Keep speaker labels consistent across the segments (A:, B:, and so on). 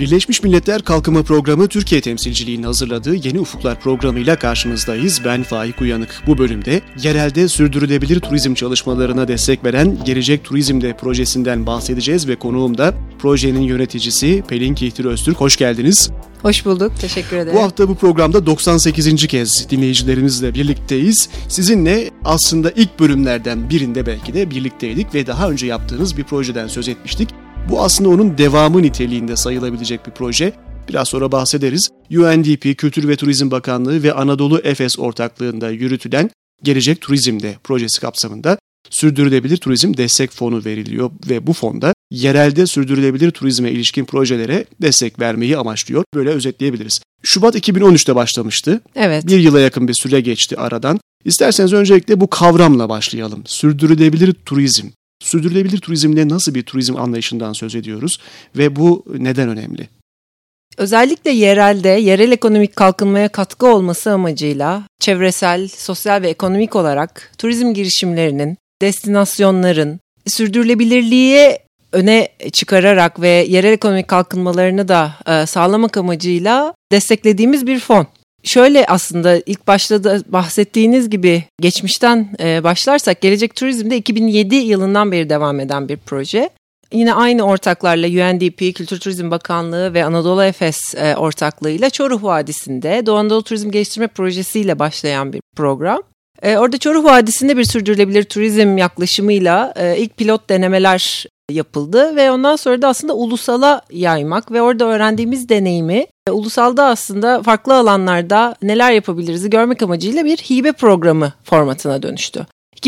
A: Birleşmiş Milletler Kalkınma Programı Türkiye temsilciliğinin hazırladığı Yeni Ufuklar programıyla karşınızdayız. Ben Faik Uyanık. Bu bölümde yerelde sürdürülebilir turizm çalışmalarına destek veren Gelecek Turizm'de projesinden bahsedeceğiz ve konuğum da projenin yöneticisi Pelin Kihtir Öztürk. Hoş geldiniz.
B: Hoş bulduk. Teşekkür ederim.
A: Bu hafta bu programda 98. kez dinleyicilerimizle birlikteyiz. Sizinle aslında ilk bölümlerden birinde belki de birlikteydik ve daha önce yaptığınız bir projeden söz etmiştik. Bu aslında onun devamı niteliğinde sayılabilecek bir proje. Biraz sonra bahsederiz. UNDP, Kültür ve Turizm Bakanlığı ve Anadolu Efes ortaklığında yürütülen Gelecek Turizm'de projesi kapsamında Sürdürülebilir Turizm Destek Fonu veriliyor ve bu fonda yerelde sürdürülebilir turizme ilişkin projelere destek vermeyi amaçlıyor. Böyle özetleyebiliriz. Şubat 2013'te başlamıştı.
B: Evet.
A: Bir yıla yakın bir süre geçti aradan. İsterseniz öncelikle bu kavramla başlayalım. Sürdürülebilir turizm. Sürdürülebilir turizmle nasıl bir turizm anlayışından söz ediyoruz ve bu neden önemli?
B: Özellikle yerel ekonomik kalkınmaya katkı olması amacıyla çevresel, sosyal ve ekonomik olarak turizm girişimlerinin, destinasyonların sürdürülebilirliği öne çıkararak ve yerel ekonomik kalkınmalarını da sağlamak amacıyla desteklediğimiz bir fon. Şöyle aslında ilk başta da bahsettiğiniz gibi geçmişten başlarsak Gelecek Turizm'de 2007 yılından beri devam eden bir proje. Yine aynı ortaklarla UNDP, Kültür Turizm Bakanlığı ve Anadolu Efes ortaklığıyla Çoruh Vadisi'nde Doğu Anadolu Turizm Geliştirme Projesi ile başlayan bir program. Orada Çoruh Vadisi'nde bir sürdürülebilir turizm yaklaşımıyla ilk pilot denemeler yapıldı ve ondan sonra da aslında ulusala yaymak ve orada öğrendiğimiz deneyimi ulusalda aslında farklı alanlarda neler yapabiliriz görmek amacıyla bir hibe programı formatına dönüştü.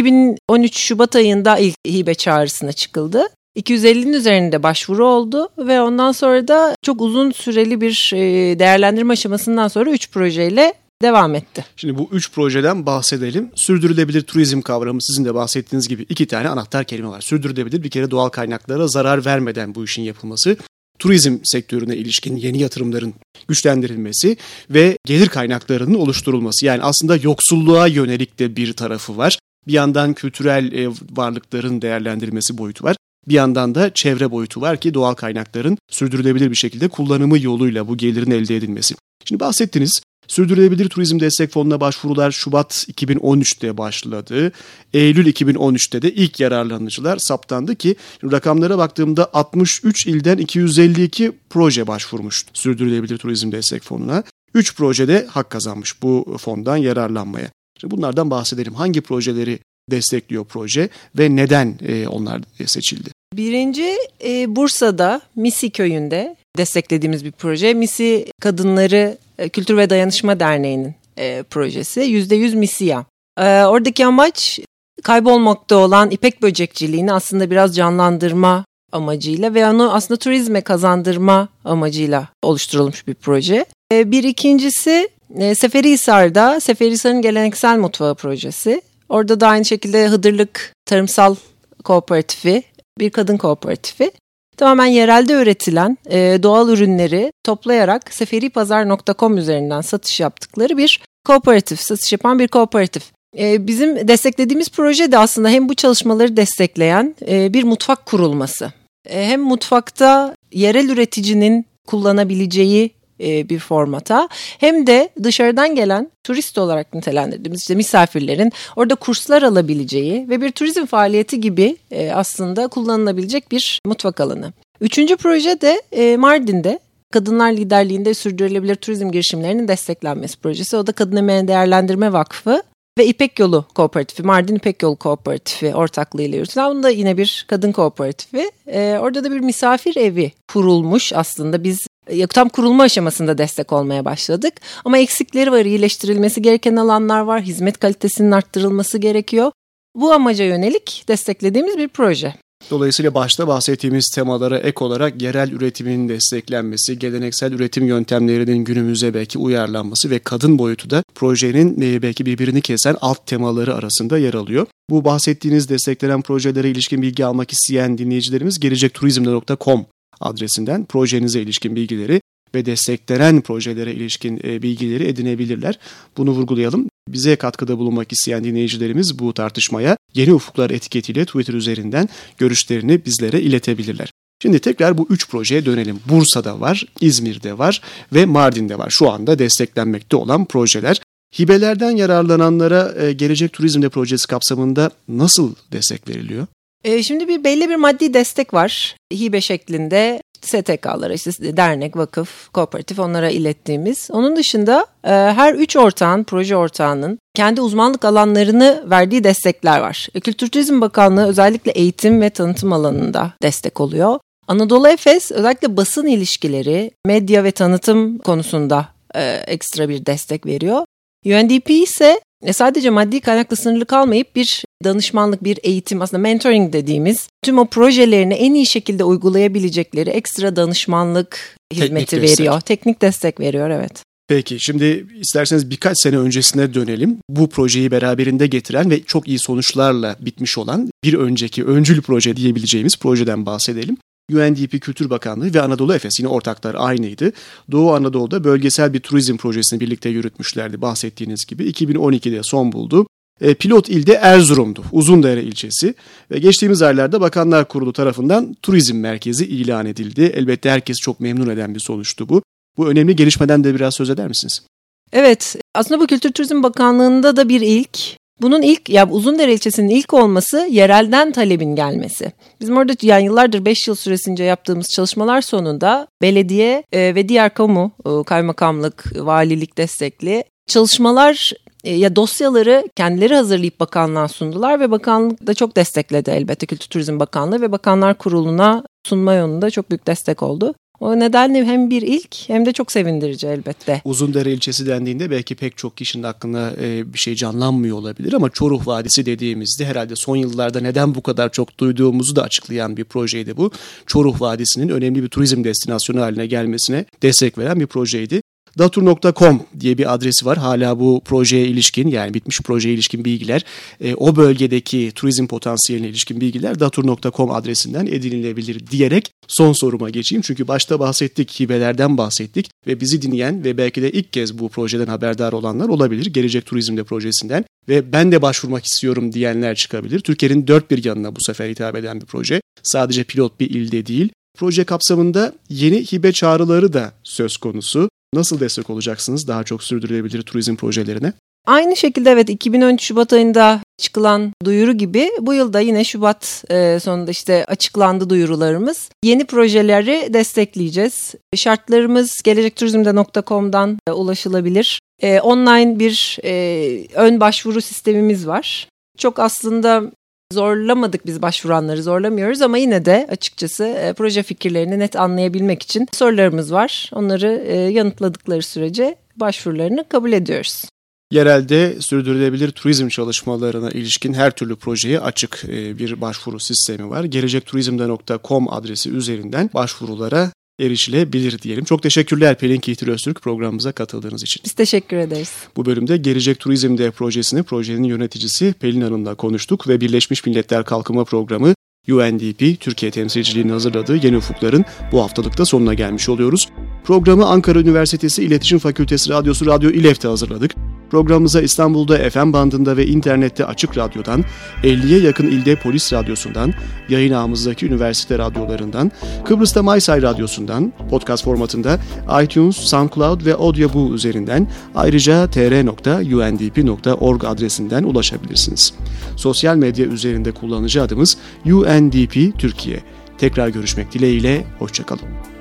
B: 2013 Şubat ayında ilk hibe çağrısına çıkıldı. 250'nin üzerinde başvuru oldu ve ondan sonra da çok uzun süreli bir değerlendirme aşamasından sonra 3 projeyle devam etti.
A: Şimdi bu 3 projeden bahsedelim. Sürdürülebilir turizm kavramı sizin de bahsettiğiniz gibi 2 tane anahtar kelime var. Sürdürülebilir bir kere doğal kaynaklara zarar vermeden bu işin yapılması. Turizm sektörüne ilişkin yeni yatırımların güçlendirilmesi ve gelir kaynaklarının oluşturulması. Yani aslında yoksulluğa yönelik de bir tarafı var. Bir yandan kültürel varlıkların değerlendirilmesi boyutu var. Bir yandan da çevre boyutu var ki doğal kaynakların sürdürülebilir bir şekilde kullanımı yoluyla bu gelirin elde edilmesi. Şimdi bahsettiniz. Sürdürülebilir Turizm Destek Fonu'na başvurular Şubat 2013'te başladı. Eylül 2013'te de ilk yararlanıcılar saptandı ki rakamlara baktığımda 63 ilden 252 proje başvurmuş Sürdürülebilir Turizm Destek Fonu'na. 3 projede hak kazanmış bu fondan yararlanmaya. Şimdi bunlardan bahsedelim. Hangi projeleri destekliyor proje ve neden onlar seçildi?
B: Birinci Bursa'da Misi köyünde desteklediğimiz bir proje. Misi Kadınları Kültür ve Dayanışma Derneği'nin projesi. %100 Misiya. Oradaki amaç kaybolmakta olan ipek böcekçiliğini aslında biraz canlandırma amacıyla ve onu aslında turizme kazandırma amacıyla oluşturulmuş bir proje. Bir ikincisi Seferihisar'da Seferihisar'ın Geleneksel Mutfağı projesi. Orada da aynı şekilde Hıdırlık Tarımsal Kooperatifi, bir kadın kooperatifi. Tamamen yerelde üretilen doğal ürünleri toplayarak seferipazar.com üzerinden satış yaptıkları bir kooperatif, satış yapan bir kooperatif. Bizim desteklediğimiz proje de aslında hem bu çalışmaları destekleyen bir mutfak kurulması. Hem mutfakta yerel üreticinin kullanabileceği bir formata hem de dışarıdan gelen turist olarak nitelendirdiğimiz işte misafirlerin orada kurslar alabileceği ve bir turizm faaliyeti gibi aslında kullanılabilecek bir mutfak alanı. Üçüncü proje de Mardin'de Kadınlar Liderliğinde Sürdürülebilir Turizm Girişimlerinin Desteklenmesi projesi. O da Kadın Emeğini Değerlendirme Vakfı ve İpek Yolu Kooperatifi, Mardin İpek Yolu Kooperatifi ortaklığıyla yürütülen. Bunda yine bir kadın kooperatifi. Orada da bir misafir evi kurulmuş aslında. Biz tam kurulma aşamasında destek olmaya başladık. Ama eksikleri var, iyileştirilmesi gereken alanlar var, hizmet kalitesinin arttırılması gerekiyor. Bu amaca yönelik desteklediğimiz bir proje.
A: Dolayısıyla başta bahsettiğimiz temalara ek olarak yerel üretimin desteklenmesi, geleneksel üretim yöntemlerinin günümüze belki uyarlanması ve kadın boyutu da projenin belki birbirini kesen alt temaları arasında yer alıyor. Bu bahsettiğiniz desteklenen projelere ilişkin bilgi almak isteyen dinleyicilerimiz gelecekturizmde.com adresinden projenize ilişkin bilgileri ve desteklenen projelere ilişkin bilgileri edinebilirler. Bunu vurgulayalım. Bize katkıda bulunmak isteyen dinleyicilerimiz bu tartışmaya Yeni Ufuklar etiketiyle Twitter üzerinden görüşlerini bizlere iletebilirler. Şimdi tekrar bu 3 projeye dönelim. Bursa'da var, İzmir'de var ve Mardin'de var. Şu anda desteklenmekte olan projeler. Hibelerden yararlananlara Gelecek Turizm'de projesi kapsamında nasıl destek veriliyor?
B: Şimdi belli bir maddi destek var. Hibe şeklinde STK'lara, işte dernek, vakıf, kooperatif, onlara ilettiğimiz. Onun dışında her 3 ortağın, proje ortağının kendi uzmanlık alanlarını verdiği destekler var. Kültür Turizm Bakanlığı özellikle eğitim ve tanıtım alanında destek oluyor. Anadolu Efes özellikle basın ilişkileri, medya ve tanıtım konusunda ekstra bir destek veriyor. UNDP ise sadece maddi kaynakla sınırlı kalmayıp bir danışmanlık, bir eğitim, aslında mentoring dediğimiz tüm o projelerini en iyi şekilde uygulayabilecekleri ekstra danışmanlık hizmeti veriyor. Teknik destek veriyor, evet.
A: Peki, şimdi isterseniz birkaç sene öncesine dönelim. Bu projeyi beraberinde getiren ve çok iyi sonuçlarla bitmiş olan bir önceki öncül proje diyebileceğimiz projeden bahsedelim. UNDP Kültür Bakanlığı ve Anadolu Efes, yine ortaklar aynıydı. Doğu Anadolu'da bölgesel bir turizm projesini birlikte yürütmüşlerdi bahsettiğiniz gibi. 2012'de son buldu. Pilot ilde Erzurum'du, Uzundere ilçesi ve geçtiğimiz aylarda Bakanlar Kurulu tarafından turizm merkezi ilan edildi. Elbette herkes çok memnun eden bir sonuçtu bu. Bu önemli gelişmeden de biraz söz eder misiniz?
B: Evet, aslında bu Kültür Turizm Bakanlığı'nda da bir ilk. Bunun Uzundere ilçesinin ilk olması yerelden talebin gelmesi. Bizim orada yıllardır 5 yıl süresince yaptığımız çalışmalar sonunda belediye ve diğer kamu, kaymakamlık, valilik destekli çalışmalar dosyaları kendileri hazırlayıp bakanlığa sundular ve bakanlık da çok destekledi elbette, Kültür Turizm Bakanlığı ve Bakanlar Kurulu'na sunma yolunda çok büyük destek oldu. O nedenle hem bir ilk hem de çok sevindirici elbette.
A: Uzundere ilçesi dendiğinde belki pek çok kişinin aklına bir şey canlanmıyor olabilir ama Çoruh Vadisi dediğimizde herhalde son yıllarda neden bu kadar çok duyduğumuzu da açıklayan bir projeydi bu. Çoruh Vadisi'nin önemli bir turizm destinasyonu haline gelmesine destek veren bir projeydi. Datur.com diye bir adresi var. Hala bu projeye ilişkin, yani bitmiş projeye ilişkin bilgiler, o bölgedeki turizm potansiyeline ilişkin bilgiler Datur.com adresinden edinilebilir diyerek son soruma geçeyim. Çünkü başta bahsettik, hibelerden bahsettik ve bizi dinleyen ve belki de ilk kez bu projeden haberdar olanlar olabilir. Gelecek Turizm'de projesinden ve ben de başvurmak istiyorum diyenler çıkabilir. Türkiye'nin dört bir yanına bu sefer hitap eden bir proje. Sadece pilot bir ilde değil. Proje kapsamında yeni hibe çağrıları da söz konusu. Nasıl destek olacaksınız daha çok sürdürülebilir turizm projelerine?
B: Aynı şekilde evet, 2013 Şubat ayında çıkılan duyuru gibi bu yılda yine Şubat sonunda açıklandı duyurularımız. Yeni projeleri destekleyeceğiz. Şartlarımız gelecekturizmde.com'dan ulaşılabilir. Online bir ön başvuru sistemimiz var. Çok aslında zorlamadık, biz başvuranları zorlamıyoruz ama yine de açıkçası proje fikirlerini net anlayabilmek için sorularımız var. Onları yanıtladıkları sürece başvurularını kabul ediyoruz.
A: Yerelde sürdürülebilir turizm çalışmalarına ilişkin her türlü projeye açık bir başvuru sistemi var. gelecekturizmde.com adresi üzerinden başvurulara erişilebilir diyelim. Çok teşekkürler Pelin Kihtir Öztürk, programımıza katıldığınız için.
B: Biz teşekkür ederiz. Bu
A: bölümde Gelecek Turizm'de projenin yöneticisi Pelin Hanım'la konuştuk ve Birleşmiş Milletler Kalkınma Programı UNDP Türkiye temsilciliğini hazırladığı Yeni Ufuklar'ın bu haftalıkta sonuna gelmiş oluyoruz. Programı Ankara Üniversitesi İletişim Fakültesi Radyosu Radyo İLEF'te hazırladık. Programımıza İstanbul'da FM bandında ve internette Açık Radyo'dan, 50'ye yakın ilde Polis Radyosu'ndan, yayın ağımızdaki üniversite radyolarından, Kıbrıs'ta Maysay Radyosu'ndan, podcast formatında iTunes, SoundCloud ve Audioboo üzerinden, ayrıca tr.undp.org adresinden ulaşabilirsiniz. Sosyal medya üzerinde kullanıcı adımız UNDP Türkiye. Tekrar görüşmek dileğiyle, hoşça kalın.